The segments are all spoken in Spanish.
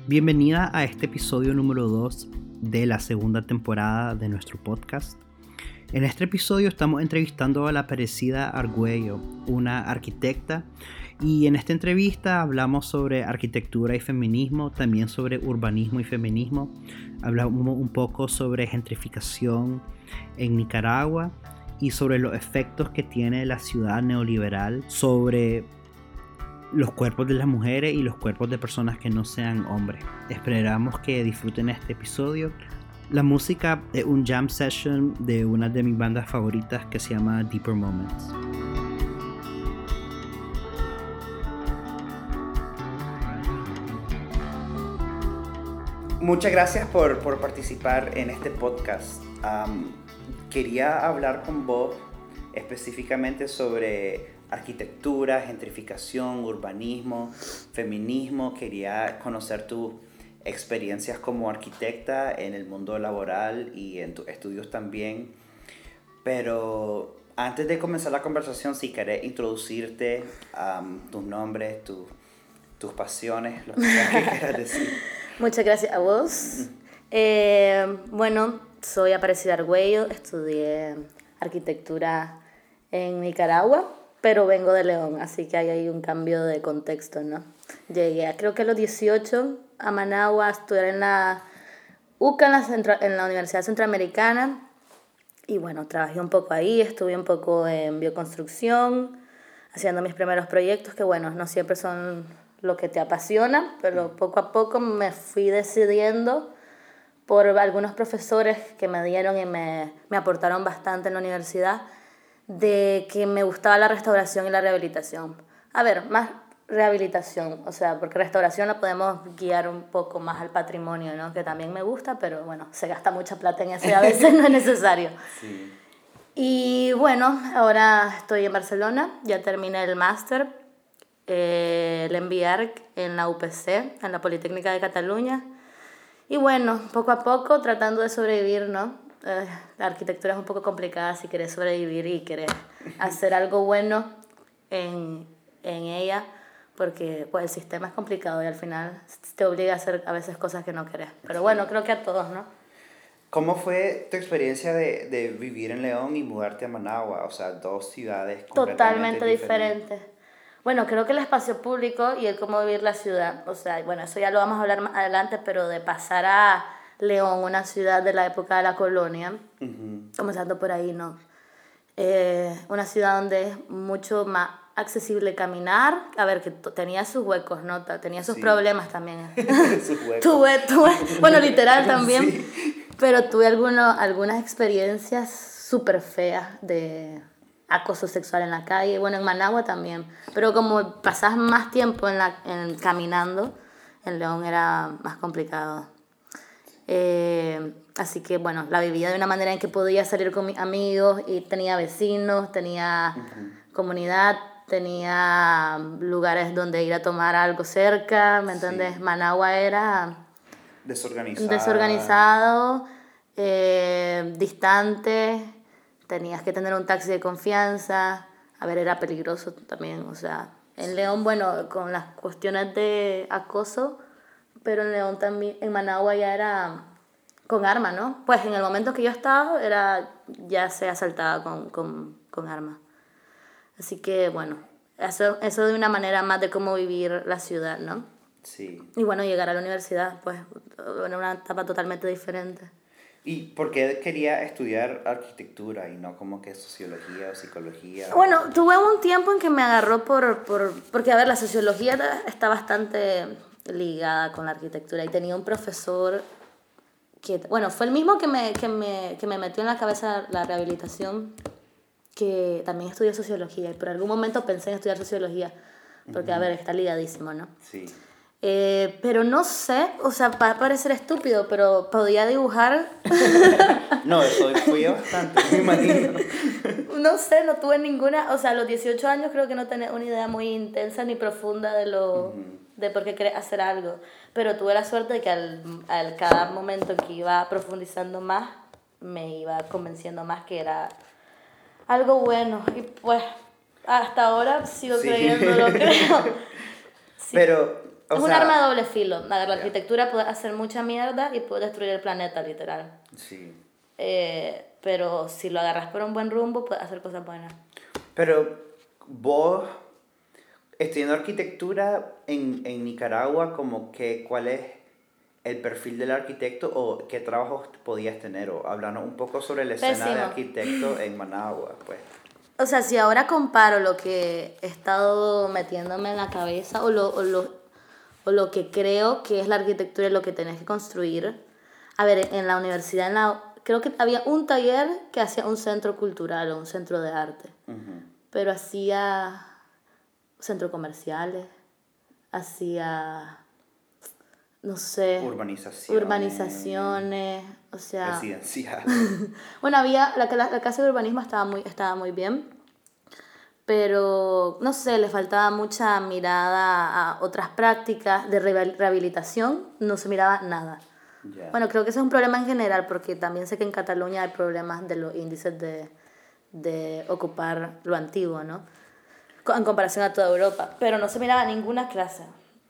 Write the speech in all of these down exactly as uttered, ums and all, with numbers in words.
Bienvenida a este episodio número dos de la segunda temporada de nuestro podcast. En este episodio estamos entrevistando a la Aparecida Argüello, una arquitecta, y en esta entrevista hablamos sobre arquitectura y feminismo, también sobre urbanismo y feminismo. Hablamos un poco sobre gentrificación en Nicaragua y sobre los efectos que tiene la ciudad neoliberal sobre los cuerpos de las mujeres y los cuerpos de personas que no sean hombres. Esperamos que disfruten este episodio. La música es un jam session de una de mis bandas favoritas que se llama Deeper Moments. Muchas gracias por, por participar en este podcast. Um, quería hablar con vos específicamente sobre arquitectura, gentrificación, urbanismo, feminismo. Quería conocer tus experiencias como arquitecta en el mundo laboral y en tus estudios también. Pero antes de comenzar la conversación, si querés introducirte, um, tus nombres, tu, tus pasiones, lo que sea que quieras decir. Muchas gracias a vos. Eh, bueno, soy Aparecida Argüello, estudié arquitectura en Nicaragua, pero vengo de León, así que hay ahí un cambio de contexto, ¿no? Llegué, a, creo que a los dieciocho, a Managua a estudiar en la U C A, en la, Centro, en la Universidad Centroamericana, y bueno, trabajé un poco ahí, estuve un poco en bioconstrucción, haciendo mis primeros proyectos, que bueno, no siempre son lo que te apasiona, pero poco a poco me fui decidiendo por algunos profesores que me dieron y me, me aportaron bastante en la universidad, de que me gustaba la restauración y la rehabilitación. A ver, más rehabilitación, o sea, porque restauración la podemos guiar un poco más al patrimonio, ¿no? Que también me gusta, pero bueno, se gasta mucha plata en eso y a veces no es necesario. Sí. Y bueno, ahora estoy en Barcelona, ya terminé el máster, eh, el M B A R C en la U P C, en la Politécnica de Cataluña. Y bueno, poco a poco tratando de sobrevivir, ¿no? Eh, la arquitectura es un poco complicada si querés sobrevivir y querés hacer algo bueno en, en ella, porque pues, el sistema es complicado y al final te obliga a hacer a veces cosas que no querés. Pero bueno, creo que a todos, ¿no? ¿Cómo fue tu experiencia de, de vivir en León y mudarte a Managua? O sea, dos ciudades completamente Totalmente diferentes. diferentes. Bueno, creo que el espacio público y el cómo vivir la ciudad, o sea, bueno, eso ya lo vamos a hablar más adelante, pero de pasar a León, una ciudad de la época de la colonia, uh-huh. comenzando por ahí, ¿no? Eh, una ciudad donde es mucho más accesible caminar, a ver, que t- tenía sus huecos, ¿no? Tenía sus sí. problemas también. Sus huecos. tuve, tuve, bueno, literal también, sí. pero tuve algunos, algunas experiencias súper feas de acoso sexual en la calle, bueno, en Managua también, pero como pasás más tiempo en la, en, caminando, en León era más complicado. Eh, así que bueno, la vivía de una manera en que podía salir con mis amigos y tenía vecinos, tenía uh-huh. comunidad, tenía lugares donde ir a tomar algo cerca, ¿me entiendes? Sí. Managua era desorganizado, desorganizado eh, distante, tenías que tener un taxi de confianza, a ver, era peligroso también, o sea, en sí. León, bueno, con las cuestiones de acoso, pero en León también, en Managua ya era con arma, ¿no? Pues en el momento que yo estaba, era, ya se asaltaba con, con, con arma. Así que, bueno, eso, eso de una manera más de cómo vivir la ciudad, ¿no? Sí. Y bueno, llegar a la universidad, pues, en una etapa totalmente diferente. ¿Y por qué quería estudiar arquitectura y no como que sociología o psicología? Bueno, o... tuve un tiempo en que me agarró por, por... Porque, a ver, la sociología está bastante ligada con la arquitectura y tenía un profesor que, bueno, fue el mismo que me, que me, que me metió en la cabeza la rehabilitación, que también estudió sociología y por algún momento pensé en estudiar sociología, porque, uh-huh. a ver, está ligadísimo, ¿no? Sí. Eh, pero no sé, o sea, va a parecer estúpido, pero podía dibujar. No, eso fui yo bastante, me imagino. No sé, no tuve ninguna, o sea, a los dieciocho años creo que no tenía una idea muy intensa ni profunda de lo, uh-huh. de por qué quería hacer algo, pero tuve la suerte de que al, al cada momento que iba profundizando más, me iba convenciendo más que era algo bueno, y pues hasta ahora sigo sí. creyendo lo creo. Sí. Pero es un sea, arma de doble filo. La, la yeah. arquitectura puede hacer mucha mierda y puede destruir el planeta, literal. Sí. Eh, pero si lo agarras por un buen rumbo, puedes hacer cosas buenas. Pero vos, estudiando arquitectura en, en Nicaragua, como que, ¿cuál es el perfil del arquitecto o qué trabajos podías tener? O hablarnos un poco sobre la escena Pésimo. de arquitecto en Managua, pues. O sea, si ahora comparo lo que he estado metiéndome en la cabeza o lo, o lo, o lo que creo que es la arquitectura y lo que tenés que construir. A ver, en la universidad, en la, creo que había un taller que hacía un centro cultural o un centro de arte. Uh-huh. Pero hacía centros comerciales, hacía, no sé, Urbanizaciones. urbanizaciones, o sea... Residenciales. Bueno, había, la, la, la clase de urbanismo estaba muy, estaba muy bien, pero, no sé, le faltaba mucha mirada a otras prácticas de rehabilitación, no se miraba nada. Yeah. Bueno, creo que ese es un problema en general, porque también sé que en Cataluña hay problemas de los índices de, de ocupar lo antiguo, ¿no? En comparación a toda Europa, pero no se miraba ninguna clase.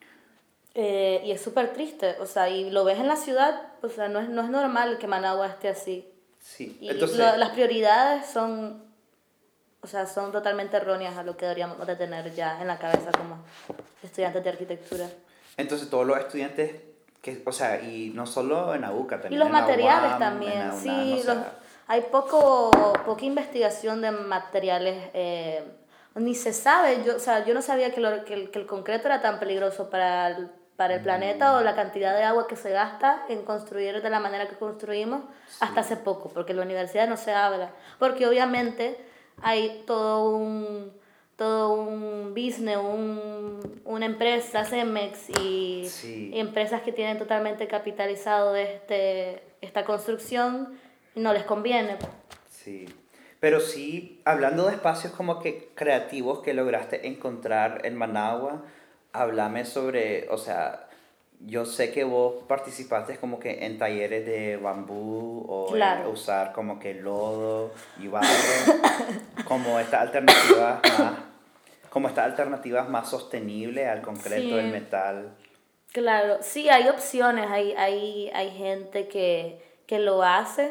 Eh, y es súper triste, o sea, y lo ves en la ciudad, o sea, no es, no es normal que Managua esté así. Sí, Y entonces... lo, las prioridades son, o sea, son totalmente erróneas a lo que deberíamos de tener ya en la cabeza como estudiantes de arquitectura. Entonces todos los estudiantes, que, o sea, y no solo en AUCA, también Y los en la materiales U A M, también, en la UNAM, sí, o sea, los, hay poco, poca investigación de materiales, eh, ni se sabe, yo, o sea, yo no sabía que, lo, que, el, que el concreto era tan peligroso para el, para el planeta o la cantidad de agua que se gasta en construir de la manera que construimos sí. hasta hace poco, porque en la universidad no se habla, porque obviamente hay todo un, todo un business, un, una empresa, Cemex y, Sí. y empresas que tienen totalmente capitalizado este, esta construcción y no les conviene. Sí. Pero sí, hablando de espacios como que creativos que lograste encontrar en Managua, háblame sobre, o sea, yo sé que vos participaste como que en talleres de bambú o Claro. en usar como que lodo y barro, como estas alternativas más, como estas alternativas más sostenibles al concreto, Sí. el metal. Claro, sí, hay opciones, hay, hay, hay gente que, que lo hace.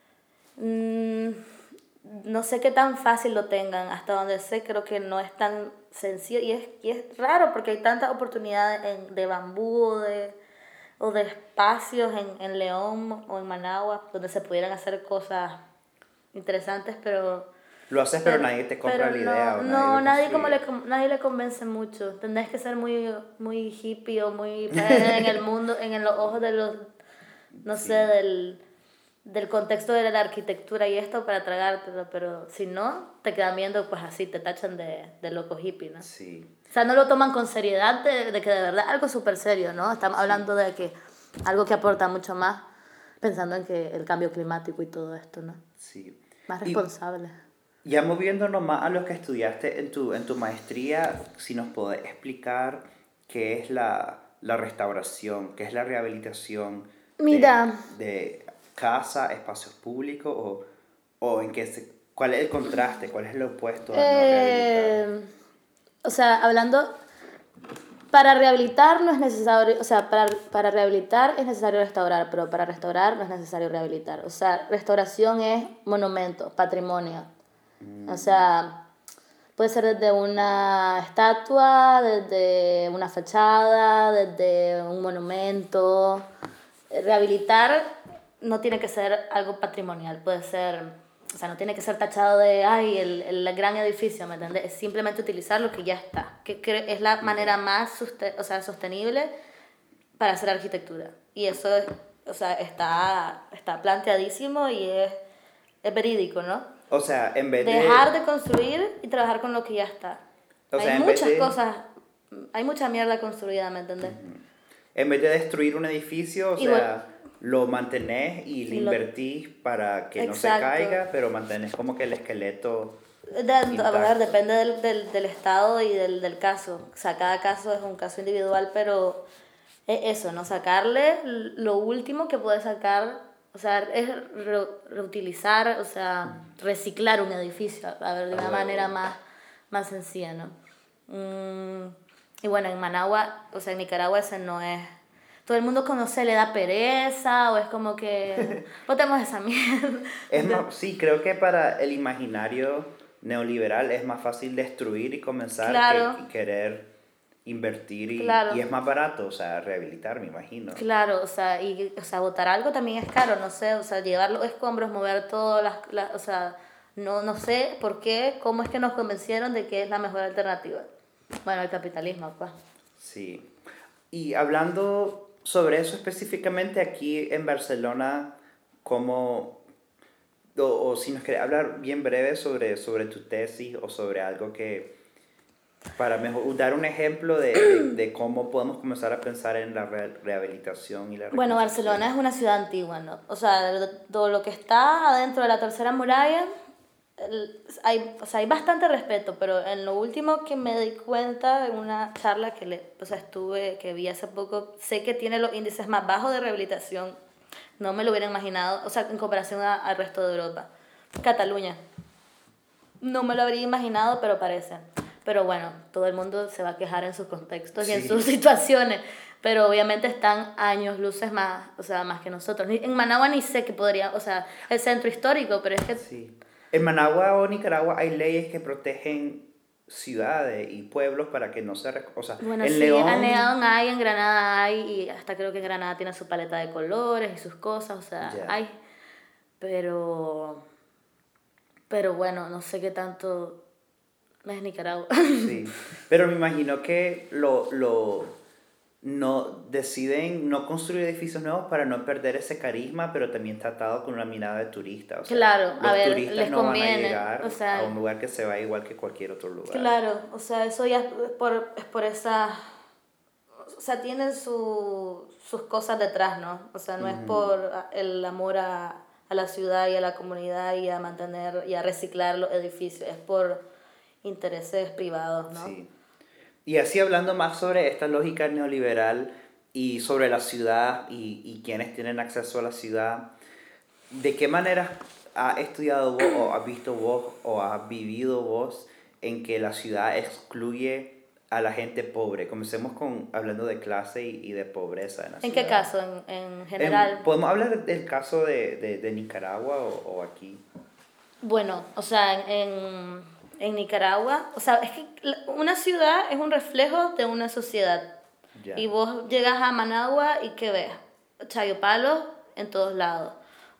Mm, no sé qué tan fácil lo tengan, hasta donde sé creo que no es tan sencillo y es, y es raro porque hay tantas oportunidades en, de bambú o de, o de espacios en, en León o en Managua donde se pudieran hacer cosas interesantes, pero... Lo haces pero, pero nadie te compra pero la no, idea o nadie no, lo nadie, como construye. le, nadie le convence mucho. Tendrás que ser muy, muy hippie o muy en el mundo, en los ojos de los, no Sí. sé, del, del contexto de la arquitectura y esto para tragártelo, pero si no, te quedan viendo pues así, te tachan de, de loco hippie, ¿no? Sí. O sea, no lo toman con seriedad de, de que de verdad algo súper serio, ¿no? Estamos sí. hablando de que algo que aporta mucho más, pensando en que el cambio climático y todo esto, ¿no? Sí. Más responsable. Y ya moviéndonos más a lo que estudiaste en tu, en tu maestría, si nos podés explicar qué es la, la restauración, qué es la rehabilitación Mira. De, de casa, espacios públicos o, o en qué se, cuál es el contraste, cuál es el opuesto a eh, no rehabilitar. O sea, hablando, para rehabilitar no es necesario, o sea, para, para rehabilitar es necesario restaurar, pero para restaurar no es necesario rehabilitar. O sea, restauración es monumento, patrimonio. Mm. O sea, puede ser desde una estatua, desde una fachada, desde un monumento. Rehabilitar no tiene que ser algo patrimonial, puede ser, o sea, no tiene que ser tachado de, ay, el, el gran edificio, ¿me entiendes? Es simplemente utilizar lo que ya está, que, que es la manera más suste- o sea, sostenible para hacer arquitectura. Y eso es, o sea, está, está planteadísimo y es, es verídico, ¿no? O sea, en vez de... Dejar de construir y trabajar con lo que ya está. O sea, hay en muchas vez de... cosas, hay mucha mierda construida, ¿me entiendes? Uh-huh. En vez de destruir un edificio, o Igual, sea, lo mantenés y le y lo, invertís para que exacto. no se caiga, pero mantenés como que el esqueleto de, a ver, depende del, del, del estado y del, del caso. O sea, cada caso es un caso individual, pero es eso, ¿no? Sacarle lo último que puedes sacar, o sea, es re, reutilizar, o sea, reciclar un edificio, a ver, de una manera más, más sencilla, ¿no? Mm, Y bueno, en Managua, o sea, en Nicaragua ese no es... Todo el mundo conoce, le da pereza o es como que votemos esa mierda. Es más, sí, creo que para el imaginario neoliberal es más fácil destruir y comenzar Claro. que, que querer invertir y, Claro. y es más barato, o sea, rehabilitar, me imagino. Claro, o sea, y, o sea, botar algo también es caro, no sé, o sea, llevar los escombros, mover todo, las, las, o sea, no, no sé por qué, cómo es que nos convencieron de que es la mejor alternativa. Bueno, el capitalismo, pues. Sí. Y hablando sobre eso específicamente aquí en Barcelona, ¿cómo, o, o si nos querés hablar bien breve sobre, sobre tu tesis o sobre algo que, para mejor, dar un ejemplo de, de, de cómo podemos comenzar a pensar en la re- rehabilitación y la Bueno, reconstrucción? Barcelona es una ciudad antigua, ¿no? O sea, de- todo lo que está adentro de la tercera muralla, el- hay, o sea, hay bastante respeto, pero en lo último que me di cuenta en una charla que le, o sea, estuve, que vi hace poco, sé que tiene los índices más bajos de rehabilitación. No me lo hubiera imaginado, o sea, en comparación a- al resto de Europa. Cataluña. No me lo habría imaginado, pero parece. Pero bueno, todo el mundo se va a quejar en sus contextos y en Sí. sus situaciones. Pero obviamente están años, luces más, o sea, más que nosotros. Ni- En Managua ni sé que podría, o sea, el centro histórico, pero es que... Sí. En Managua o Nicaragua hay leyes que protegen ciudades y pueblos para que no se... rec- O sea, Bueno, en sí, en León... León hay, en Granada hay, y hasta creo que en Granada tiene su paleta de colores y sus cosas, o sea, Ya. hay. Pero... Pero bueno, no sé qué tanto es Nicaragua. Sí, pero me imagino que lo, lo, no, deciden no construir edificios nuevos para no perder ese carisma, pero también tratado con una mirada de turista. O sea, Claro, a los ver, turistas les no van a conviene, llegar o a un sea, lugar que se va igual que cualquier otro lugar. claro, o sea, eso ya es por, es por esa, o sea, tienen su, sus cosas detrás, ¿no? O sea, no es por el amor a, a la ciudad y a la comunidad y a mantener y a reciclar los edificios, es por intereses privados, ¿no? Sí. Y así hablando más sobre esta lógica neoliberal y sobre la ciudad y, y quienes tienen acceso a la ciudad, ¿de qué manera has estudiado vos o has visto vos o has vivido vos en que la ciudad excluye a la gente pobre? Comencemos con hablando de clase y, y de pobreza en la ¿En ciudad. qué caso? En, en Em, general. ¿Podemos hablar del caso de, de, de Nicaragua o, o aquí? Bueno, o sea, en, en Nicaragua, o sea, es que la- una ciudad es un reflejo de una sociedad. Ya. Y vos llegas a Managua y ¿qué ves? Chayopalos en todos lados.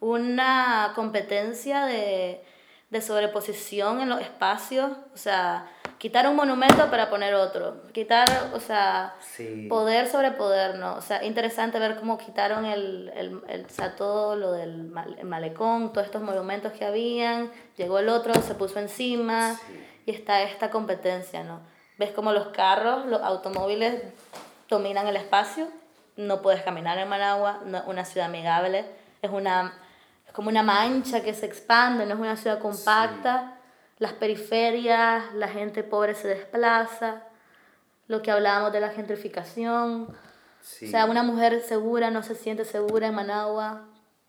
Una competencia de, de sobreposición en los espacios, o sea, quitar un monumento para poner otro. Quitar, o sea, Sí. poder sobre poder, ¿no? O sea, interesante ver cómo quitaron el, el, el, o sea, todo lo del mal- el malecón, todos estos monumentos que habían, llegó el otro, se puso encima Sí. y está esta competencia, ¿no? Ves como los carros, los automóviles dominan el espacio, no puedes caminar en Managua, no es una ciudad amigable, es, una, es como una mancha que se expande, no es una ciudad compacta, las periferias, la gente pobre se desplaza, lo que hablábamos de la gentrificación, Sí. o sea, una mujer segura no se siente segura en Managua.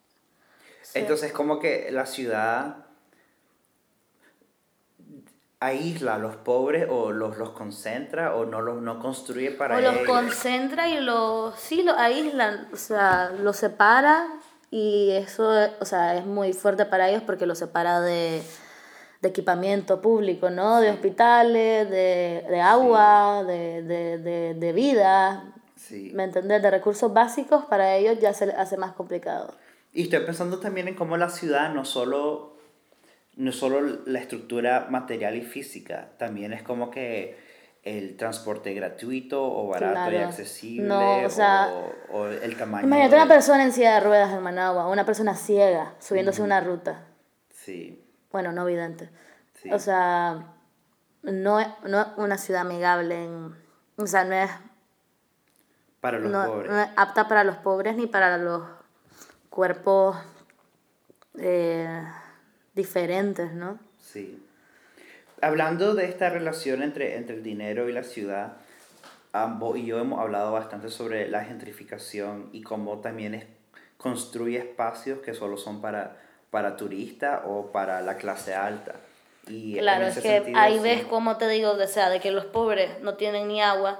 Sí. Entonces, como que la ciudad aísla a los pobres o los, los concentra o no los no construye para O los ellos. concentra y los, sí, los aíslan, o sea, los separa y eso, o sea, es muy fuerte para ellos porque los separa de, de equipamiento público, ¿no? De hospitales, de, de agua, de, de, de, de vida, Sí. ¿me entendés? De recursos básicos para ellos ya se les hace más complicado. Y estoy pensando también en cómo la ciudad no solo, no solo la estructura material y física, también es como que el transporte gratuito o barato y Claro. accesible No, o sea, o, o el tamaño imagínate una de- persona en silla de ruedas en Managua, una persona ciega subiéndose una ruta. Sí, Bueno, no vidente. sí. O sea, no es, no es una ciudad amigable, en, o sea, no es, para los no, pobres. no es apta para los pobres ni para los cuerpos eh, diferentes, ¿no? Sí. Hablando de esta relación entre, entre el dinero y la ciudad, ambos y yo hemos hablado bastante sobre la gentrificación y cómo también es, construye espacios que solo son para, para turistas o para la clase alta. Y Claro, en es ese que sentido, ahí sí. ves cómo te digo, o sea, de que los pobres no tienen ni agua,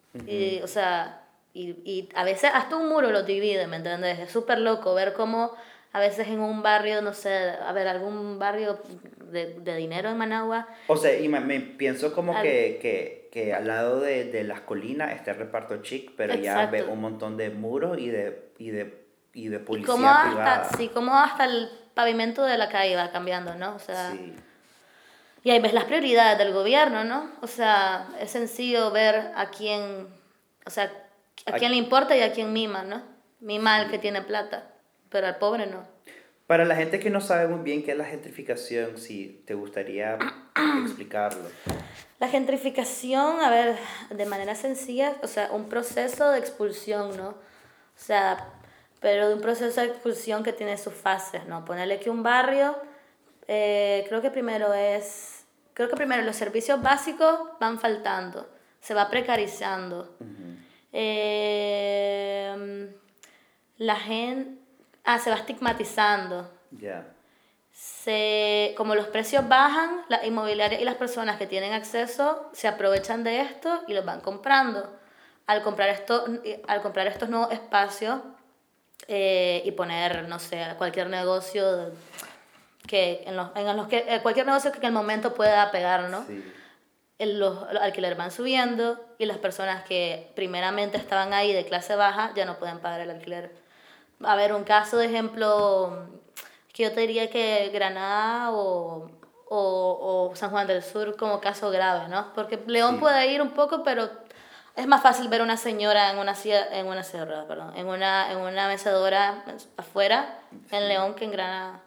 Uh-huh. Y, o sea, y, y a veces hasta un muro los divide, ¿me entiendes? Es súper loco ver cómo a veces en un barrio, no sé, a ver, algún barrio de, de dinero en Managua. O sea, y me, me pienso como al, que, que, que al lado de, de las colinas está el reparto chic, pero exacto. Ya ve un montón de muros y de, y de, y de policía y cómo hasta, privada. Sí, como hasta el pavimento de la calle va cambiando, ¿no? O sea, sí. Y ahí ves las prioridades del gobierno, ¿no? O sea, es sencillo ver a quién, o sea, a quién le importa y a quién mima, ¿no? Mima al que tiene plata, pero al pobre no. Para la gente que no sabe muy bien qué es la gentrificación, si te gustaría explicarlo. La gentrificación, a ver, de manera sencilla, o sea, un proceso de expulsión, ¿no? O sea, pero de un proceso de expulsión que tiene sus fases, ¿no? Ponerle que un barrio, eh, creo que primero es, creo que primero los servicios básicos van faltando, se va precarizando. Uh-huh. Eh, la gente, ah, se va estigmatizando. Ya. Yeah. Se, como los precios bajan, la inmobiliaria y las personas que tienen acceso se aprovechan de esto y los van comprando. Al comprar, esto, al comprar estos nuevos espacios eh, y poner, no sé, cualquier negocio que en los, en los que cualquier negocio que en el momento pueda pegar, ¿no? Sí. El, los, los alquileres van subiendo y las personas que primeramente estaban ahí de clase baja ya no pueden pagar el alquiler. A ver, un caso de ejemplo que yo te diría que Granada o, o, o San Juan del Sur como caso grave, ¿no? Porque León sí. Puede ir un poco, pero es más fácil ver una señora en una silla, en una silla, perdón, en una, en una mecedora afuera sí. En León que en Granada.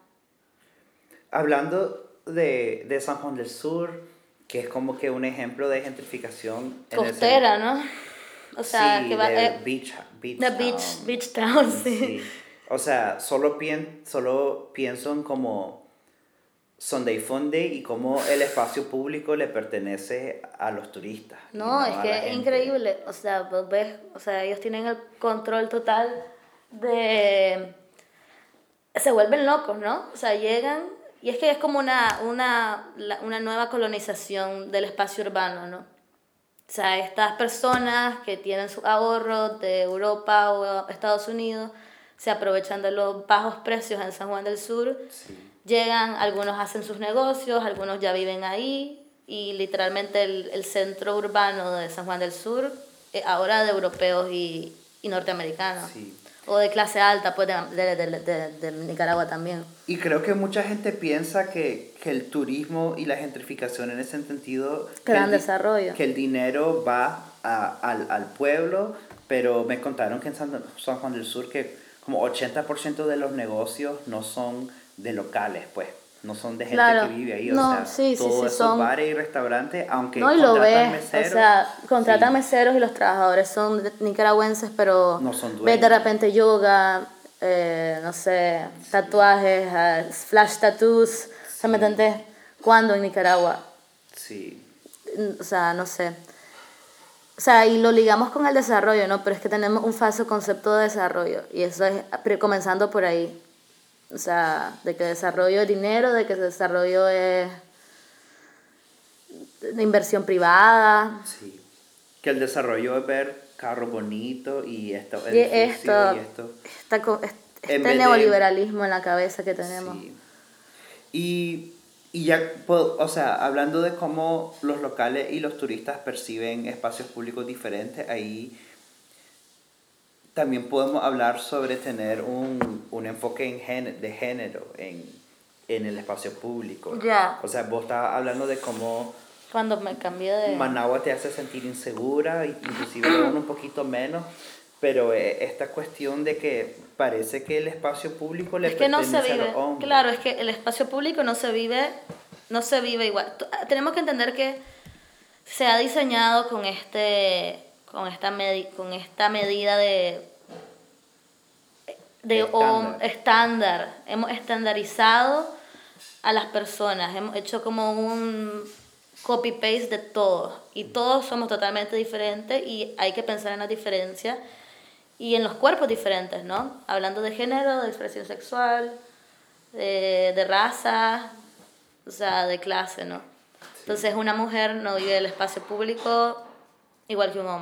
Hablando de, de San Juan del Sur, que es como que un ejemplo de gentrificación. Costera, en ese... ¿no? O sea, sí, que va... de Eh, beach, beach the town. beach, beach town, sí. sí. O sea, solo, pien, solo pienso en como Sunday Funday y cómo el espacio público le pertenece a los turistas. No, no es que es increíble. O sea, vos ves, o sea, ellos tienen el control total de... Se vuelven locos, ¿no? O sea, llegan... Y es que es como una, una, una nueva colonización del espacio urbano, ¿no? O sea, estas personas que tienen sus ahorros de Europa o Estados Unidos se aprovechan de los bajos precios en San Juan del Sur, sí. Llegan, algunos hacen sus negocios, algunos ya viven ahí y literalmente el, el centro urbano de San Juan del Sur es ahora de europeos y, y norteamericanos. Sí. O de clase alta, pues de, de, de, de, de Nicaragua también. Y creo que mucha gente piensa que, que el turismo y la gentrificación en ese sentido... Gran desarrollo. Que el dinero va a, al, al pueblo, pero me contaron que en San, San Juan del Sur que como ochenta por ciento de los negocios no son de locales, pues. No son de gente claro. que vive ahí, o no, sea, sí, todos sí, sí, esos son... bares y restaurantes, aunque no, y contratan lo ves, meseros. O sea, contratan sí. meseros y los trabajadores son nicaragüenses, pero no son dueños. Ves de repente yoga, eh, no sé, sí. tatuajes, uh, flash tattoos, sí. O sea, ¿me entendés? ¿Cuándo en Nicaragua? Sí. O sea, no sé. O sea, y lo ligamos con el desarrollo, ¿no? Pero es que tenemos un falso concepto de desarrollo, y eso es comenzando por ahí. O sea, de que desarrollo es dinero, de que desarrollo es de inversión privada. Sí. Que el desarrollo es ver carros bonitos y esto, y esto, y esto. Esta, este en neoliberalismo de, en la cabeza que tenemos. Sí. Y, y ya, o sea, hablando de cómo los locales y los turistas perciben espacios públicos diferentes, ahí... También podemos hablar sobre tener un, un enfoque en gen, de género en, en el espacio público. Ya. Yeah. O sea, vos estabas hablando de cómo... Cuando me cambié de... Managua te hace sentir insegura, inclusive un poquito menos, pero eh, esta cuestión de que parece que el espacio público le es que pertenece no se vive. a los hombres. Claro, es que el espacio público no se vive, no se vive igual. Tenemos que entender que se ha diseñado con este... con esta, medi con esta medida de, de estándar. O, estándar. Hemos estandarizado a las personas, hemos hecho como un copy-paste de todo, y todos somos totalmente diferentes y hay que pensar en las diferencias y en los cuerpos diferentes, ¿no? Hablando de género, de expresión sexual, de, de raza, o sea, de clase, ¿no? Sí. Entonces una mujer no vive el espacio público igual que un hombre.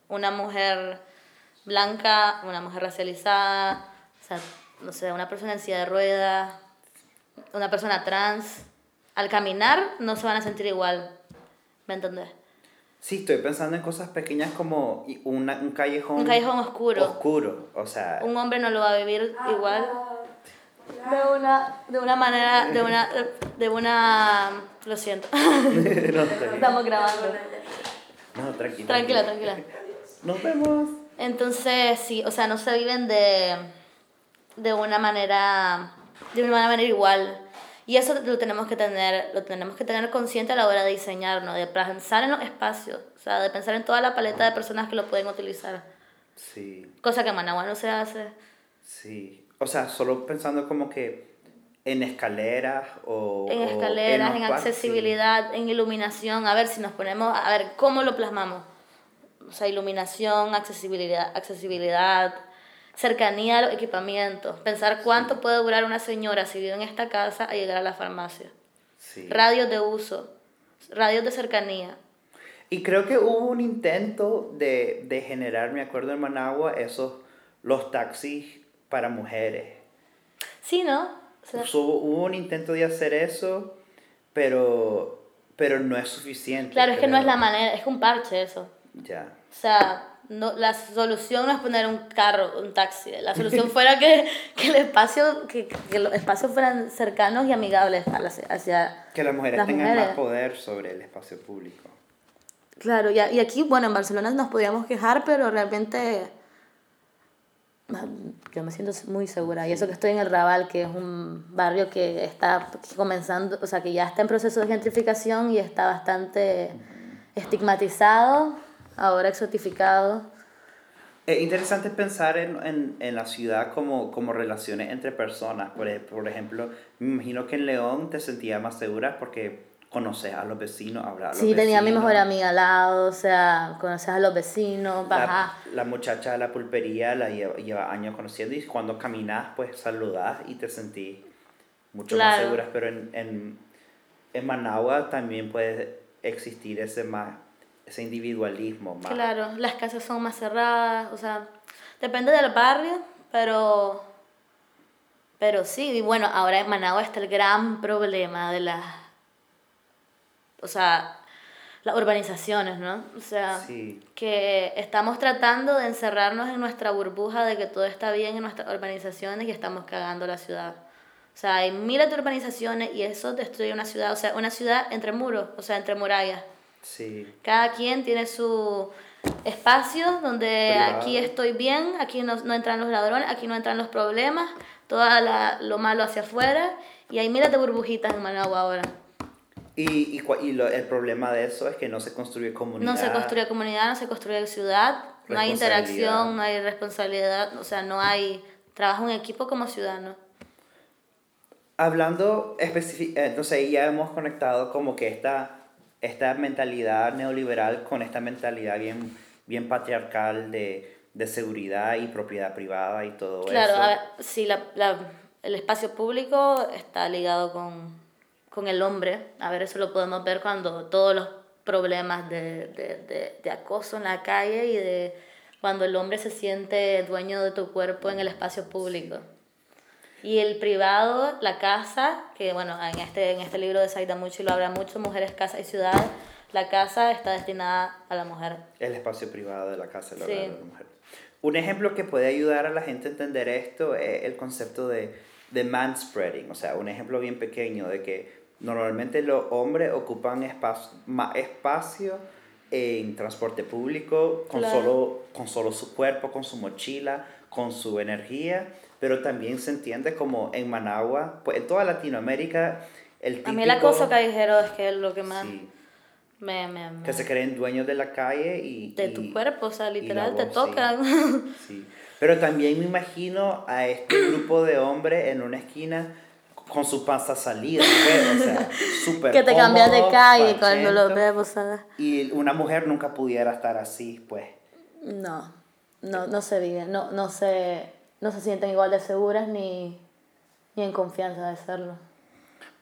una mujer blanca, una mujer racializada, o sea, no sé, una persona en silla de ruedas, una persona trans, al caminar no se van a sentir igual, ¿me entendés? Sí, estoy pensando en cosas pequeñas como una, un callejón... Un callejón oscuro. Oscuro, o sea... Un hombre no lo va a vivir igual. De una, de una manera, de una, de una... Lo siento. No, estamos grabando. No, tranquila. Tranquila, tranquila. Nos vemos. Entonces, sí, o sea, no se viven de, de una manera, de una manera igual. Y eso lo tenemos que tener, lo tenemos que tener consciente a la hora de diseñar, ¿no? De pensar en los espacios, o sea, de pensar en toda la paleta de personas que lo pueden utilizar. Sí. Cosa que en Managua no se hace. Sí. O sea, solo pensando como que en escaleras o... En o escaleras, en, en los accesibilidad, sí. En iluminación. A ver si nos ponemos, a ver, ¿cómo lo plasmamos? O sea, iluminación, accesibilidad, accesibilidad, cercanía a los equipamientos. Pensar cuánto sí. puede durar una señora si vive en esta casa a llegar a la farmacia. Sí. Radios de uso, radios de cercanía. Y creo que hubo un intento de, de generar, me acuerdo en Managua, esos, los taxis para mujeres. Sí, ¿no? O sea, hubo, hubo un intento de hacer eso, pero, pero no es suficiente. Claro, es creo. que no es la manera, es un parche eso. Ya. O sea, no, la solución no es poner un carro, un taxi. La solución fuera que, que el espacio, que, que los espacios fueran cercanos y amigables hacia que las mujeres las tengan mujeres. más poder sobre el espacio público. Claro, y, y aquí, bueno, en Barcelona nos podíamos quejar, pero realmente yo me siento muy segura. Sí. Y eso que estoy en el Raval, que es un barrio que está comenzando, o sea, que ya está en proceso de gentrificación y está bastante estigmatizado, ahora exotificado. Es interesante pensar en, en, en la ciudad como, como relaciones entre personas. Por, por ejemplo, me imagino que en León te sentías más segura porque conoces a los vecinos, hablas a los sí, vecinos. Sí, tenía a mi mejor amiga al lado, o sea, conoces a los vecinos, vas la, a... la muchacha de la pulpería la lleva, lleva años conociendo y cuando caminas pues saludás y te sentís mucho claro. más seguras. Pero en, en, en Managua también puede existir ese más... ese individualismo más. Claro, las casas son más cerradas, o sea, depende del barrio, pero pero sí, y bueno, ahora en Managua está el gran problema de las, o sea, las urbanizaciones, ¿no? O sea, sí. que estamos tratando de encerrarnos en nuestra burbuja de que todo está bien en nuestras urbanizaciones y estamos cagando la ciudad. O sea, hay miles de urbanizaciones y eso destruye una ciudad, o sea, una ciudad entre muros, o sea, entre murallas. Sí. Cada quien tiene su espacio donde privado. Aquí estoy bien, aquí no, no entran los ladrones, aquí no entran los problemas, todo la, lo malo hacia afuera y hay miles de burbujitas en Managua ahora. Y, y, y lo, el problema de eso es que no se construye comunidad. No se construye comunidad, no se construye ciudad, no hay interacción, no hay responsabilidad, o sea, no hay trabajo en equipo como ciudadano. Hablando específicamente, entonces ya hemos conectado como que esta, esta mentalidad neoliberal con esta mentalidad bien, bien patriarcal de, de seguridad y propiedad privada y todo claro, eso. Claro, sí, la, la, el espacio público está ligado con, con el hombre. A ver, eso lo podemos ver cuando todos los problemas de, de, de, de acoso en la calle y de cuando el hombre se siente dueño de tu cuerpo en el espacio público. Sí. Y el privado, la casa, que bueno, en este, en este libro de Said Damuchi lo habla mucho, Mujeres, Casa y Ciudad, la casa está destinada a la mujer. El espacio privado de la casa lo sí. habla de la mujer. Un ejemplo que puede ayudar a la gente a entender esto es el concepto de, de manspreading, o sea, un ejemplo bien pequeño de que normalmente los hombres ocupan espacio, más espacio en transporte público con, claro. solo, con solo su cuerpo, con su mochila, con su energía, pero también se entiende como en Managua, pues en toda Latinoamérica, el típico... A mí el acoso callejero es que es lo que más... Sí. Me, me, me... Que se creen dueños de la calle y... De y, tu cuerpo, o sea, literal, te tocan. Sí, sí. Pero también me imagino a este grupo de hombres en una esquina con su panza salida, ¿ves? O sea, súper que te cómodo, cambias de calle pachento, cuando lo ves, ¿sabes? Y una mujer nunca pudiera estar así, pues. No, no, no se vive, no, no, se, no se sienten igual de seguras ni, ni en confianza de serlo.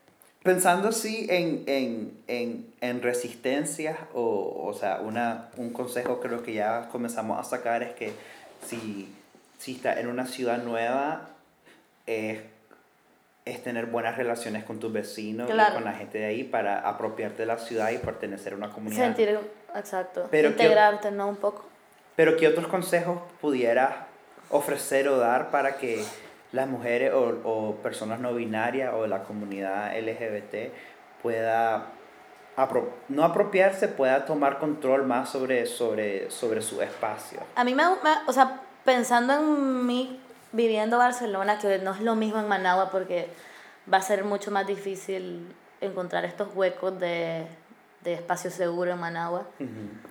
Pensando así en, en, en, en resistencias, o, o sea, una, un consejo creo que ya comenzamos a sacar es que si, si estás en una ciudad nueva, es, es tener buenas relaciones con tus vecinos Claro. y con la gente de ahí para apropiarte de la ciudad y pertenecer a una comunidad. Sentir, exacto. Pero Integrarte, ¿qué, ¿no? Un poco. pero ¿qué otros consejos pudieras ofrecer o dar para que las mujeres o, o personas no binarias o la comunidad L G B T pueda, apro- no apropiarse, pueda tomar control más sobre, sobre, sobre su espacio? A mí me, me, o sea, pensando en mí viviendo en Barcelona, que no es lo mismo en Managua porque va a ser mucho más difícil encontrar estos huecos de, de espacio seguro en Managua. Uh-huh.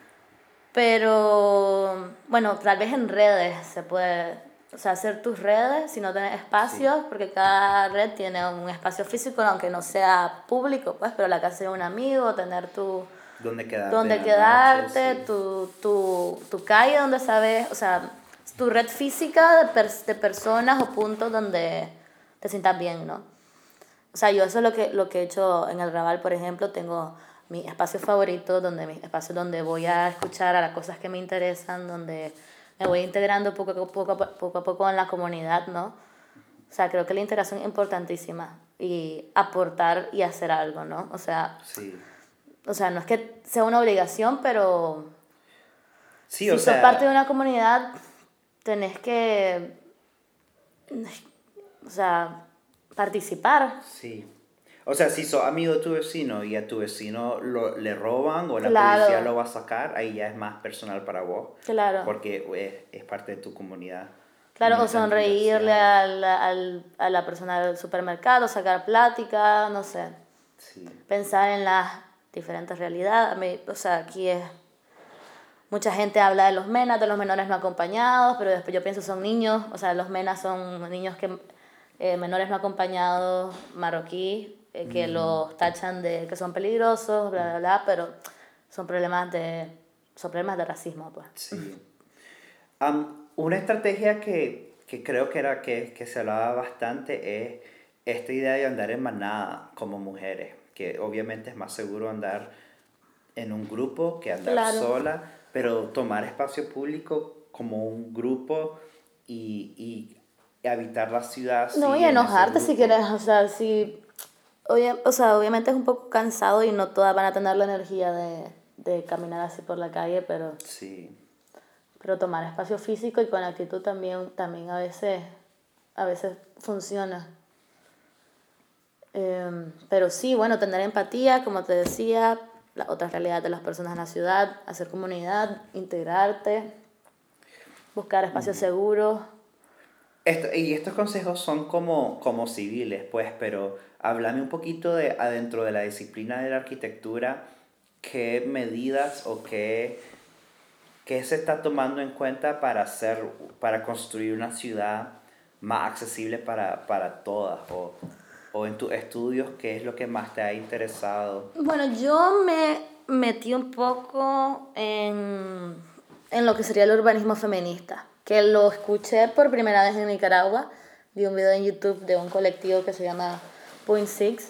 Pero, bueno, tal vez en redes se puede, o sea, hacer tus redes si no tienes espacios, sí. Porque cada red tiene un espacio físico, aunque no sea público, pues, pero la casa de un amigo, tener tu... Donde quedarte. Donde quedarte, Noche, sí. tu, tu, tu calle donde sabes, o sea, tu red física de, per, de personas o puntos donde te sientas bien, ¿no? O sea, yo eso es lo que, lo que he hecho en el Raval, por ejemplo, tengo mi espacio favorito, donde mi espacio donde voy a escuchar a las cosas que me interesan, donde me voy integrando poco a poco, poco a poco en la comunidad, ¿no? O sea, creo que la integración es importantísima y aportar y hacer algo, ¿no? O sea, sí. O sea, no es que sea una obligación, pero sí, si o sos sea, parte de una comunidad, tenés que, o sea, participar. Sí. O sea, si sos amigo de tu vecino y a tu vecino lo, le roban o la Claro. policía lo va a sacar, ahí ya es más personal para vos. Claro. Porque es, es parte de tu comunidad. Claro, no o sonreírle al, al, a la persona del supermercado, sacar plática, no sé. Sí. Pensar en las diferentes realidades. O sea, aquí es... Mucha gente habla de los MENAs, de los menores no acompañados, pero después yo pienso son niños, o sea, los MENAs son niños que eh, menores no acompañados marroquíes, eh, que mm. los tachan de que son peligrosos, bla, bla, bla, pero son problemas de, son problemas de racismo, pues. Sí. Um, una estrategia que, que creo que, era, que, que se hablaba bastante es esta idea de andar en manada como mujeres, que obviamente es más seguro andar en un grupo que andar claro. sola, pero tomar espacio público como un grupo y, y habitar la ciudad. No, y enojarte si quieres, o sea, si, oye, o sea, obviamente es un poco cansado y no todas van a tener la energía de, de caminar así por la calle, pero, sí. pero tomar espacio físico y con actitud también, también a veces, a veces funciona. Eh, pero sí, bueno, tener empatía, como te decía, la otra realidad de las personas en la ciudad, hacer comunidad, integrarte, buscar espacios mm. seguros. Esto, y estos consejos son como, como civiles, pues, pero háblame un poquito de adentro de la disciplina de la arquitectura, qué medidas o qué, qué se está tomando en cuenta para, hacer, para construir una ciudad más accesible para, para todas, o, o en tus estudios, qué es lo que más te ha interesado. Bueno, yo me metí un poco en, en lo que sería el urbanismo feminista, que lo escuché por primera vez en Nicaragua. Vi un video en YouTube de un colectivo que se llama Point Six.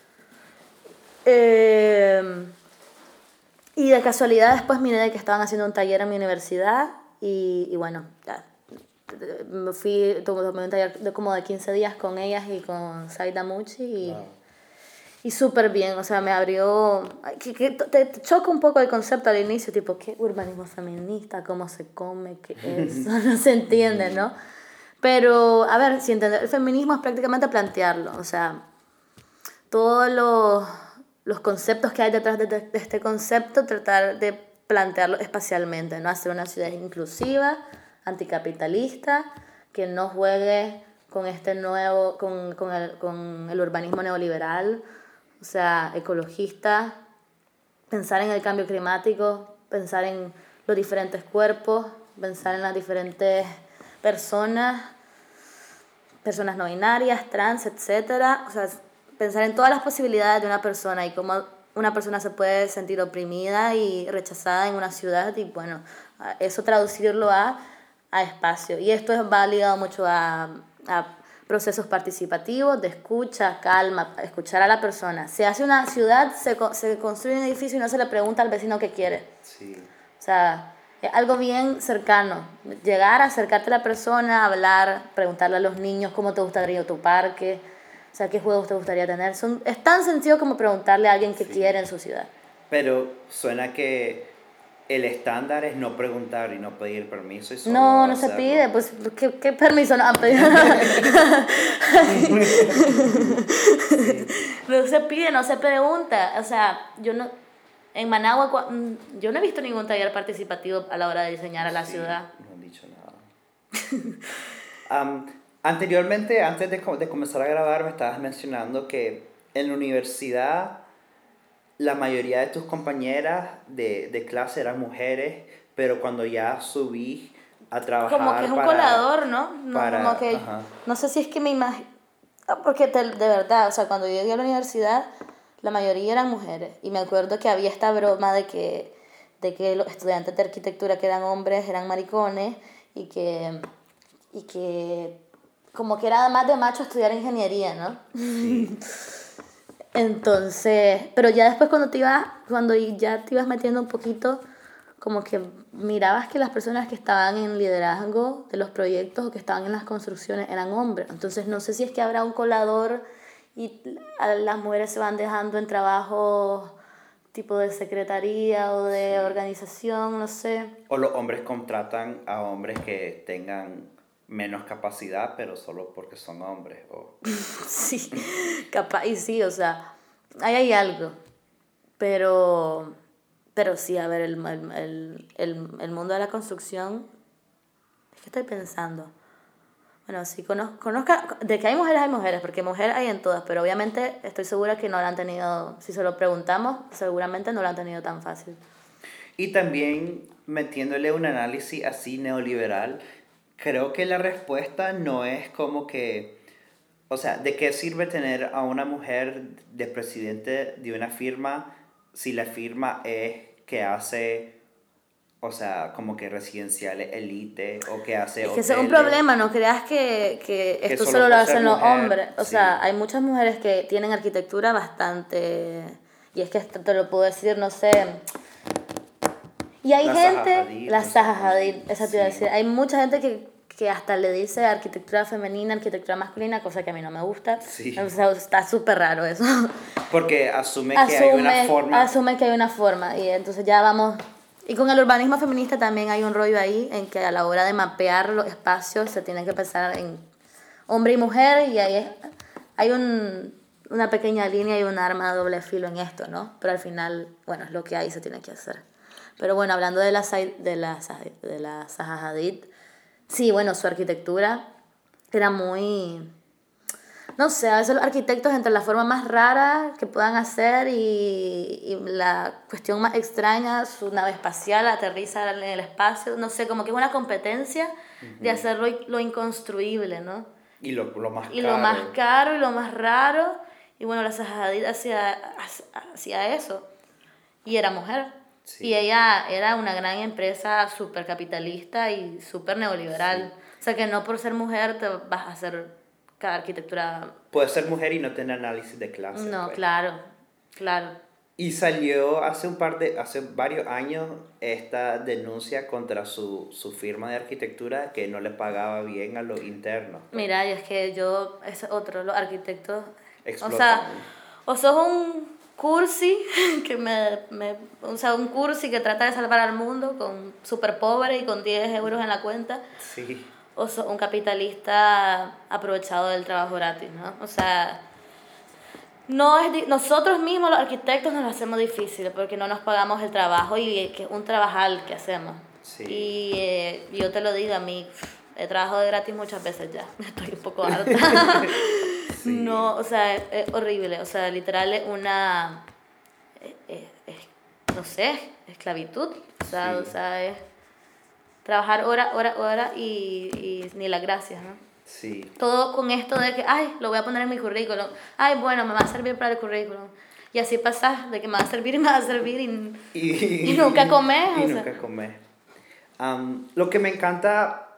Eh, y de casualidad después miré de que estaban haciendo un taller en mi universidad y, y bueno, ya, me fui, tuve un taller de como de quince días con ellas y con Saida Muchi y... Wow. Y súper bien, o sea, me abrió... Que, que te, te choca un poco el concepto al inicio, tipo, ¿qué urbanismo feminista? ¿Cómo se come? ¿Qué es? No se entiende, ¿no? Pero, a ver, si entender el feminismo es prácticamente plantearlo, o sea, todos los, los conceptos que hay detrás de, de, de este concepto, tratar de plantearlo espacialmente, ¿no? Hacer una ciudad inclusiva, anticapitalista, que no juegue con este nuevo, con, con, el, con el urbanismo neoliberal, o sea, ecologista, pensar en el cambio climático, pensar en los diferentes cuerpos, pensar en las diferentes personas, personas no binarias, trans, etcétera. O sea, pensar en todas las posibilidades de una persona y cómo una persona se puede sentir oprimida y rechazada en una ciudad y, bueno, eso traducirlo a, a espacio. Y esto va ligado mucho a, a procesos participativos de escucha, calma, escuchar a la persona. Se hace una ciudad, se, se construye un edificio y no se le pregunta al vecino qué quiere. Sí. O sea, es algo bien cercano. Llegar, acercarte a la persona, hablar, preguntarle a los niños cómo te gustaría tu parque, o sea, qué juegos te gustaría tener. Son, es tan sencillo como preguntarle a alguien qué sí. quiere en su ciudad. Pero suena que el estándar es no preguntar y no pedir permiso. Y solo no, no hacerlo. se pide. Pues, ¿qué, qué permiso no han pedido? sí. No se pide, no se pregunta. O sea, yo no... En Managua, yo no he visto ningún taller participativo a la hora de diseñar a la sí, ciudad. No han dicho nada. um, anteriormente, antes de, de comenzar a grabar, me estabas mencionando que en la universidad la mayoría de tus compañeras de, de clase eran mujeres, pero cuando ya subí a trabajar como que es un para, colador, ¿no? No, para, como que, no sé si es que me imagino, porque te, de verdad, o sea, cuando yo llegué a la universidad, la mayoría eran mujeres, y me acuerdo que había esta broma de que, de que los estudiantes de arquitectura que eran hombres eran maricones, y que, y que como que era más de macho estudiar ingeniería, ¿no? Sí. Entonces, pero ya después cuando te ibas, cuando ya te ibas metiendo un poquito, como que mirabas que las personas que estaban en liderazgo de los proyectos o que estaban en las construcciones eran hombres. Entonces no sé si es que habrá un colador y a las mujeres se van dejando en trabajos tipo de secretaría o de sí. organización, no sé. O los hombres contratan a hombres que tengan menos capacidad, pero solo porque son hombres. O... sí, capaz, y sí, o sea, ahí hay algo. Pero, pero sí, a ver, el, el, el, el mundo de la construcción, ¿qué estoy pensando? Bueno, sí, conozco, conozca, de que hay mujeres, hay mujeres, porque mujeres hay en todas, pero obviamente estoy segura que no lo han tenido, si se lo preguntamos, seguramente no lo han tenido tan fácil. Y también metiéndole un análisis así neoliberal, creo que la respuesta no es como que, o sea, ¿de qué sirve tener a una mujer de presidente de una firma si la firma es que hace, o sea, como que residenciales elite o que hace es que hoteles? Es un problema, no creas que, que, que esto solo, solo lo hacen los hombres. O sí. sea, hay muchas mujeres que tienen arquitectura bastante... Y es que esto te lo puedo decir, no sé... Y hay la gente, Zaha Hadid, la Zaha Hadid, esa te iba a decir, hay mucha gente que, que hasta le dice arquitectura femenina, arquitectura masculina, cosa que a mí no me gusta. Sí. O sea, está súper raro eso. Porque asume que asume, hay una forma. Asume que hay una forma y entonces ya vamos... Y con el urbanismo feminista también hay un rollo ahí en que a la hora de mapear los espacios se tiene que pensar en hombre y mujer y ahí es, hay un, una pequeña línea y un arma de doble filo en esto, ¿no? Pero al final, bueno, es lo que hay, se tiene que hacer. Pero bueno, hablando de la, de la, de la Zaha Hadid, sí, bueno, su arquitectura era muy... No sé, a veces los arquitectos entre la forma más rara que puedan hacer y, y la cuestión más extraña, su nave espacial aterriza en el espacio, no sé, como que es una competencia uh-huh. de hacer lo, lo inconstruible, ¿no? Y lo, lo más y caro. Y lo más caro y lo más raro. Y bueno, la Zaha Hadid hacía, hacía eso. Y era mujer. Sí. Y ella era una gran empresa súper capitalista y súper neoliberal. Sí. O sea que no por ser mujer te vas a hacer cada arquitectura... Puedes ser mujer y no tener análisis de clase. No, pues. claro, claro. Y salió hace un par de, hace varios años esta denuncia contra su, su firma de arquitectura que no le pagaba bien a los internos. Pues. Mira, y es que yo, es otro, los arquitectos... Explotan. O sea, o sos un cursi, que me, me, o sea, un cursi que trata de salvar al mundo con súper pobre y con diez euros en la cuenta. Sí. O sos un capitalista aprovechado del trabajo gratis, ¿no? O sea... No es nosotros mismos los arquitectos nos lo hacemos difícil porque no nos pagamos el trabajo y que es un trabajal que hacemos. Sí. Y eh, yo te lo digo, a mí he trabajado de gratis muchas veces ya, estoy un poco harta. Sí. No, o sea, es, es horrible, o sea, literal es una, es, es, es, no sé, esclavitud, o sea, sí. o sea, es trabajar hora, hora, hora y, y ni las gracias, ¿no? Sí. Todo con esto de que, ay, lo voy a poner en mi currículum. Ay, bueno, me va a servir para el currículum. Y así pasa, de que me va a servir y me va a servir y, y, y nunca comes. Y o nunca sea. comes. Um, lo que me encanta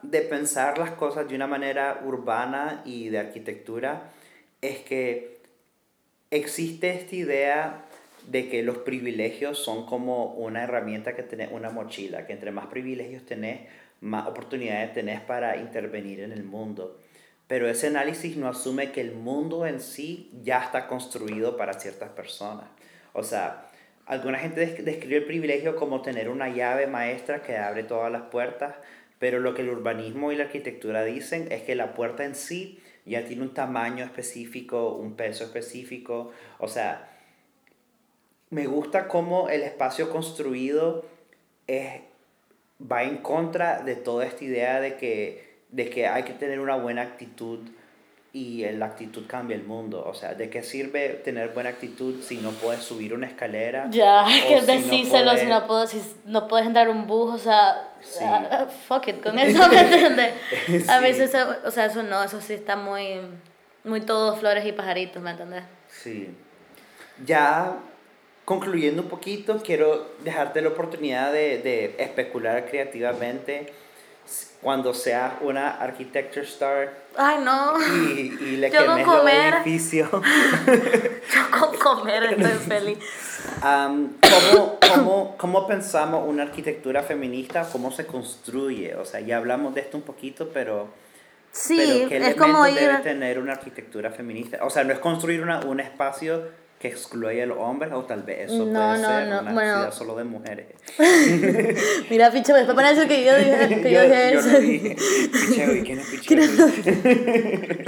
de pensar las cosas de una manera urbana y de arquitectura es que existe esta idea de que los privilegios son como una herramienta que tenés, una mochila, que entre más privilegios tenés, más oportunidades tenés para intervenir en el mundo. Pero ese análisis no asume que el mundo en sí ya está construido para ciertas personas. O sea, alguna gente describe el privilegio como tener una llave maestra que abre todas las puertas, pero lo que el urbanismo y la arquitectura dicen es que la puerta en sí ya tiene un tamaño específico, un peso específico. O sea, me gusta cómo el espacio construido es, va en contra de toda esta idea de que, de que hay que tener una buena actitud y la actitud cambia el mundo. O sea, ¿de qué sirve tener buena actitud si no puedes subir una escalera? Ya, que si decírselo, no puedes... si no puedo, si no puedes entrar un bus, o sea, Sí. uh, fuck it con eso, ¿me entiendes? Sí. A veces, eso, o sea, eso no, eso sí está muy, muy todo flores y pajaritos, ¿me entiendes? Sí. Ya concluyendo un poquito, quiero dejarte la oportunidad de, de especular creativamente cuando seas una architecture star. Ay, no. Y, y le Yo con quemes los comer. edificios. Yo con comer estoy feliz. Um, ¿cómo, cómo, ¿Cómo pensamos una arquitectura feminista? ¿Cómo se construye? O sea, ya hablamos de esto un poquito, pero... Sí, pero ¿qué es como ir... debe tener una arquitectura feminista? O sea, no es construir una, un espacio que excluya a los hombres, o tal vez eso no, puede no, ser no. una Bueno, ciudad solo de mujeres. Mira, Picho, después para eso que yo dije, que yo, yo, dije yo eso. lo dije. Pichewi, ¿quién es Pichewi?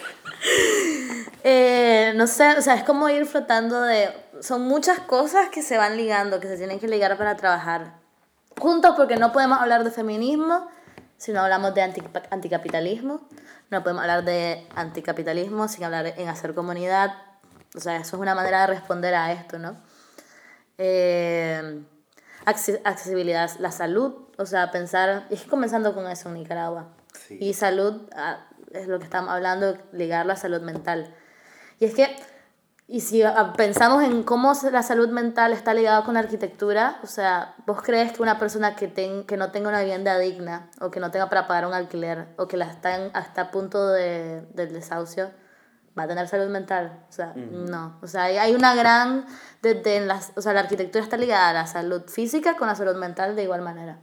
eh, no sé, o sea, es como ir flotando de... Son muchas cosas que se van ligando, que se tienen que ligar para trabajar juntos, porque no podemos hablar de feminismo si no hablamos de anti, anticapitalismo. No podemos hablar de anticapitalismo sin hablar en hacer comunidad. O sea, eso es una manera de responder a esto, ¿no? Eh, accesibilidad, la salud, o sea, pensar, y es comenzando con eso en Nicaragua. Sí. Y salud, es lo que estamos hablando, ligar la salud mental. Y es que, y si pensamos en cómo la salud mental está ligada con la arquitectura, o sea, ¿vos crees que una persona que, ten, que no tenga una vivienda digna, o que no tenga para pagar un alquiler, o que la está en, hasta a punto de, del desahucio, va a tener salud mental? O sea, uh-huh. No. O sea, hay, hay una gran... Desde las, o sea, la arquitectura está ligada a la salud física con la salud mental de igual manera.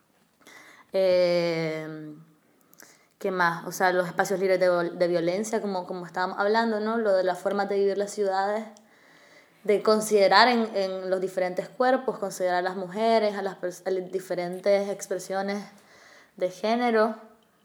Eh, ¿Qué más? O sea, los espacios libres de, de violencia, como, como estábamos hablando, ¿no? Lo de las formas de vivir las ciudades, de considerar en, en los diferentes cuerpos, considerar a las mujeres, a las, a las diferentes expresiones de género.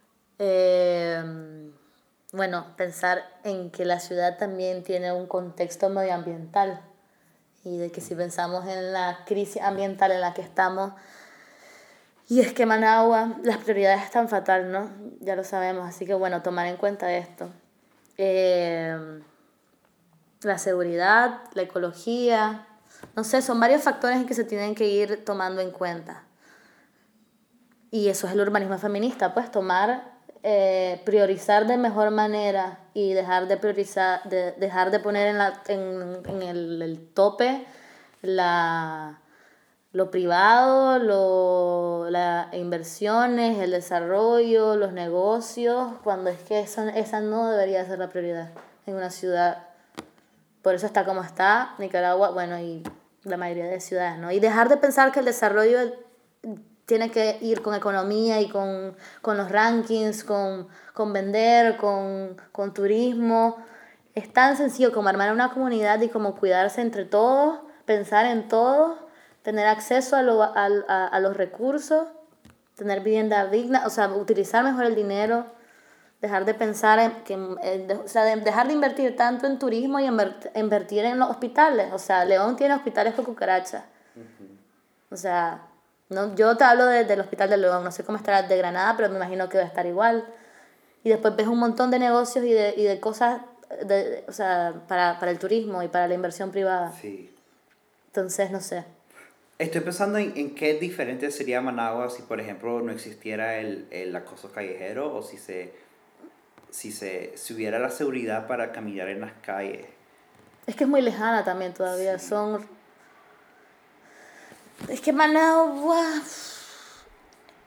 Eh, bueno, pensar en que la ciudad también tiene un contexto medioambiental y de que si pensamos en la crisis ambiental en la que estamos, y es que Managua, las prioridades están fatal, ¿no? Ya lo sabemos, así que bueno, tomar en cuenta esto. Eh, la seguridad, la ecología, no sé, son varios factores en que se tienen que ir tomando en cuenta. Y eso es el urbanismo feminista, pues tomar... Eh, priorizar de mejor manera y dejar de priorizar de, dejar de poner en, la, en, en el, el tope la, lo privado, lo, las inversiones, el desarrollo, los negocios, cuando es que eso, esa no debería ser la prioridad en una ciudad. Por eso está como está Nicaragua, bueno, y la mayoría de ciudades, ¿no? Y dejar de pensar que el desarrollo tiene que ir con economía y con, con los rankings, con, con vender, con, con turismo. Es tan sencillo como armar una comunidad y como cuidarse entre todos, pensar en todos, tener acceso a, lo, a, a, a los recursos, tener vivienda digna, o sea, utilizar mejor el dinero, dejar de pensar en que, de, o sea, de, dejar de invertir tanto en turismo y invertir en los hospitales. O sea, León tiene hospitales con cucarachas. Uh-huh. O sea... No, yo te hablo de, del Hospital de León, no sé cómo estará de Granada, pero me imagino que va a estar igual. Y después ves un montón de negocios y de, y de cosas, de, de, o sea, para, para el turismo y para la inversión privada. Sí. Entonces, no sé. Estoy pensando en, en qué diferente sería Managua si, por ejemplo, no existiera el, el acoso callejero o si se, si se si hubiera la seguridad para caminar en las calles. Es que es muy lejana también todavía, sí. Son... Es que Managua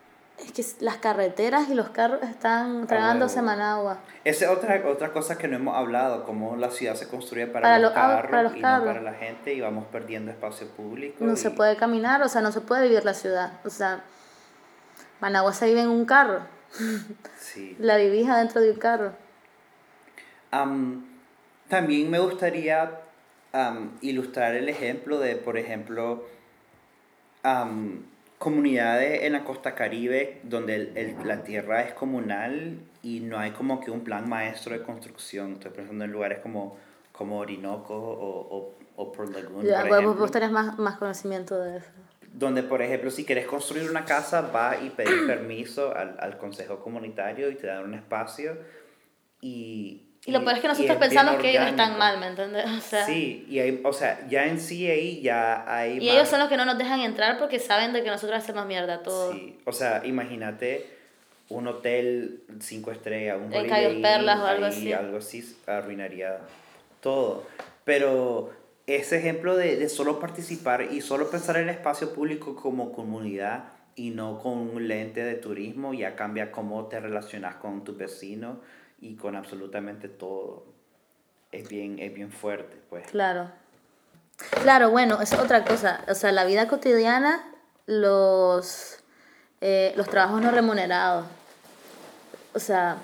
Es que las carreteras y los carros están tragándose huevo. Managua. Esa es otra, otra cosa que no hemos hablado, cómo la ciudad se construye para, Para, los lo- ah, carros para los y carros. no para la gente y vamos perdiendo espacio público. No y... se puede caminar, o sea, no se puede vivir la ciudad. O sea, Managua se vive en un carro. Sí. La vivís adentro de un carro. Am, también me gustaría am, ilustrar el ejemplo de, por ejemplo, am, comunidades en la costa Caribe donde el- el- la tierra es comunal y no hay como que un plan maestro de construcción. Estoy pensando en lugares como, como Orinoco o, o, o Pearl Lagoon, Ya, por vos, vos ejemplo. tenés más, más conocimiento de eso. Donde, por ejemplo, si quieres construir una casa, va y pedir permiso al, al consejo comunitario y te dan un espacio. Y, Y lo peor es que y nosotros es bien pensamos que ellos orgánico. están mal, ¿me entiendes? O sea, Sí, y hay, o sea, ya en sí ahí ya hay y más... ellos son los que no nos dejan entrar porque saben de que nosotros hacemos mierda todo. Sí, o sea, imagínate un hotel cinco estrellas, un En Holiday Cayos Perlas Inn, o algo ahí así. algo así arruinaría todo. Pero ese ejemplo de, de solo participar y solo pensar en el espacio público como comunidad y no con un lente de turismo ya cambia cómo te relacionas con tus vecinos y con absolutamente todo. Es bien, es bien fuerte, pues. Claro. Claro, bueno, es otra cosa. O sea, la vida cotidiana, los, eh, los trabajos no remunerados. O sea,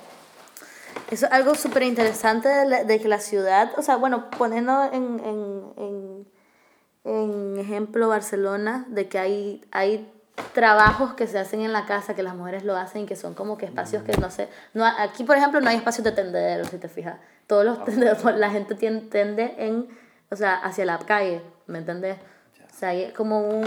eso es algo súper interesante de, la- de que la ciudad, o sea, bueno, poniendo en, en, en, en ejemplo Barcelona, de que hay, hay trabajos que se hacen en la casa, que las mujeres lo hacen, que son como que espacios que no sé, no, ha- aquí por ejemplo no hay espacios de tendederos, si te fijas, todos los tendederos, la gente tien- tende en, o sea, hacia la calle, ¿me entiendes? O sea, hay como un...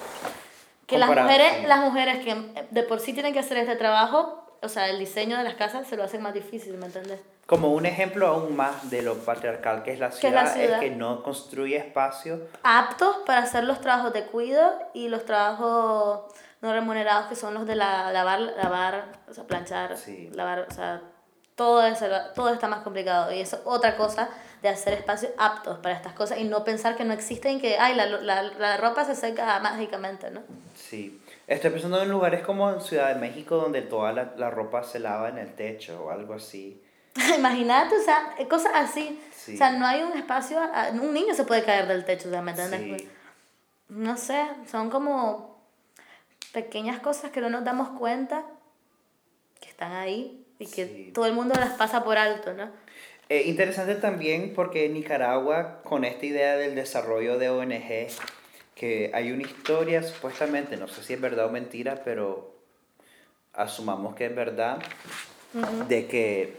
Que las Comparado, mujeres, sí. las mujeres que de por sí tienen que hacer este trabajo, o sea, el diseño de las casas se lo hacen más difícil, ¿me entiendes? Como un ejemplo aún más de lo patriarcal que es la Que es la ciudad, es ciudad. que no construye espacio. Aptos para hacer los trabajos de cuido y los trabajos no remunerados que son los de la, lavar, lavar, o sea, planchar, Sí. lavar, o sea, todo, eso, todo está más complicado. Y eso es otra cosa de hacer espacios aptos para estas cosas y no pensar que no existen, que ay, la, la, la ropa se seca mágicamente, ¿no? Sí. Estoy pensando en lugares como en Ciudad de México donde toda la, la ropa se lava en el techo o algo así. Imagínate, o sea, cosas así. Sí. O sea, no hay un espacio, a- un niño se puede caer del techo, o sea, ¿me entiendes? Sí. No sé, son como pequeñas cosas que no nos damos cuenta que están ahí y que Sí. todo el mundo las pasa por alto, ¿no? Eh, interesante también porque en Nicaragua, con esta idea del desarrollo de O N G, que hay una historia supuestamente, no sé si es verdad o mentira, pero asumamos que es verdad, Uh-huh. de que,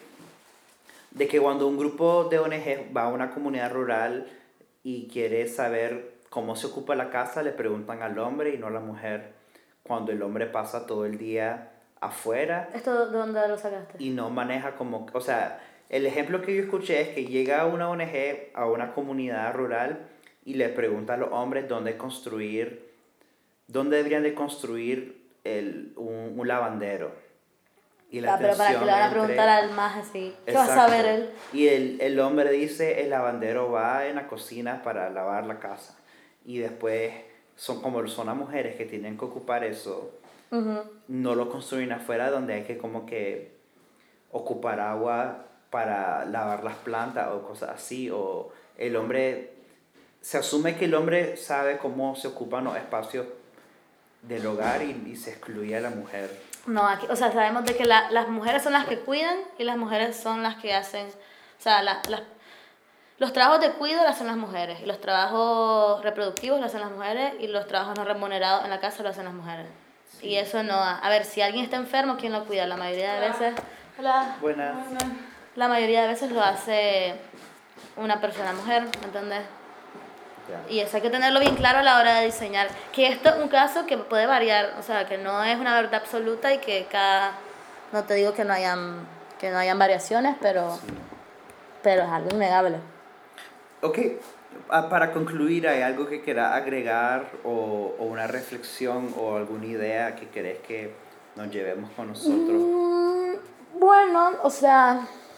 de que cuando un grupo de O N G va a una comunidad rural y quiere saber cómo se ocupa la casa, le preguntan al hombre y no a la mujer. Cuando el hombre pasa todo el día afuera ¿Esto de dónde lo sacaste? y no maneja como... O sea, el ejemplo que yo escuché es que llega una O N G a una comunidad rural y le pregunta a los hombres dónde construir, dónde deberían de construir el, un, un lavandero. Y la Ah, pero para que tensión le van a entre- preguntar al más así. ¿Qué va a Exacto. saber él? Y el, el hombre dice, el lavandero va en la cocina para lavar la casa. Y después, son como son las mujeres que tienen que ocupar eso, Uh-huh. no lo construyen afuera donde hay que como que ocupar agua para lavar las plantas o cosas así. O el hombre, se asume que el hombre sabe cómo se ocupan los espacios del hogar y, y se excluye a la mujer. No, aquí, o sea, sabemos de que la, las mujeres son las que cuidan y las mujeres son las que hacen, o sea, la, las los trabajos de cuidado los hacen las mujeres, y los trabajos reproductivos los hacen las mujeres, y los trabajos no remunerados en la casa los hacen las mujeres. Sí. Y eso no... A ver, si alguien está enfermo, ¿quién lo cuida? La mayoría de veces... Hola. Buenas. La mayoría de veces lo hace una persona mujer, ¿me entiendes? Ya. Y eso hay que tenerlo bien claro a la hora de diseñar. Que esto es un caso que puede variar, o sea, que no es una verdad absoluta y que cada... No te digo que no hayan, que no hayan variaciones, pero, Sí. pero es algo innegable. Ok, ah, para concluir, ¿hay algo que quieras agregar o, o una reflexión o alguna idea que querés que nos llevemos con nosotros? Mm, bueno, o sea,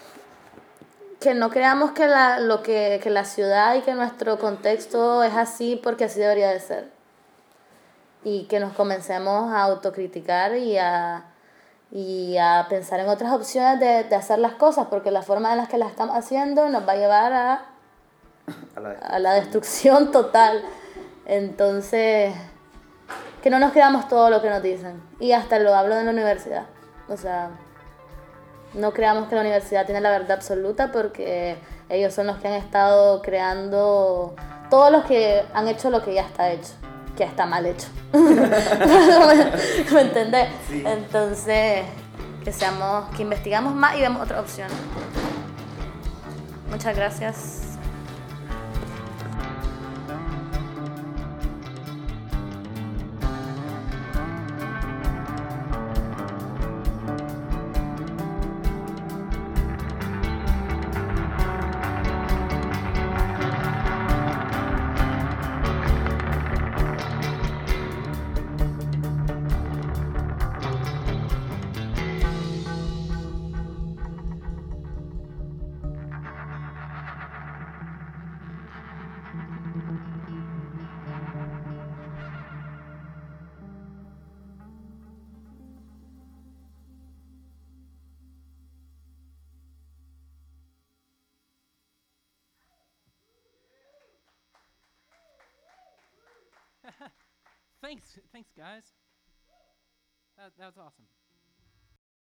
que no creamos que la, lo que, que la ciudad y que nuestro contexto es así porque así debería de ser. y que nos comencemos a autocriticar y a, y a pensar en otras opciones de, de hacer las cosas, porque la forma en la que las estamos haciendo nos va a llevar a, a, la a la destrucción total. Entonces, que no nos creamos todo lo que nos dicen. Y hasta lo hablo en la universidad. O sea, no creamos que la universidad tiene la verdad absoluta, porque ellos son los que han estado creando, todos los que han hecho lo que ya está hecho, que está mal hecho. ¿Me, ¿me entendés? Sí. Entonces, que seamos, que investigamos más y vemos otras opciones. Muchas gracias. thanks, thanks, guys. That, that was awesome.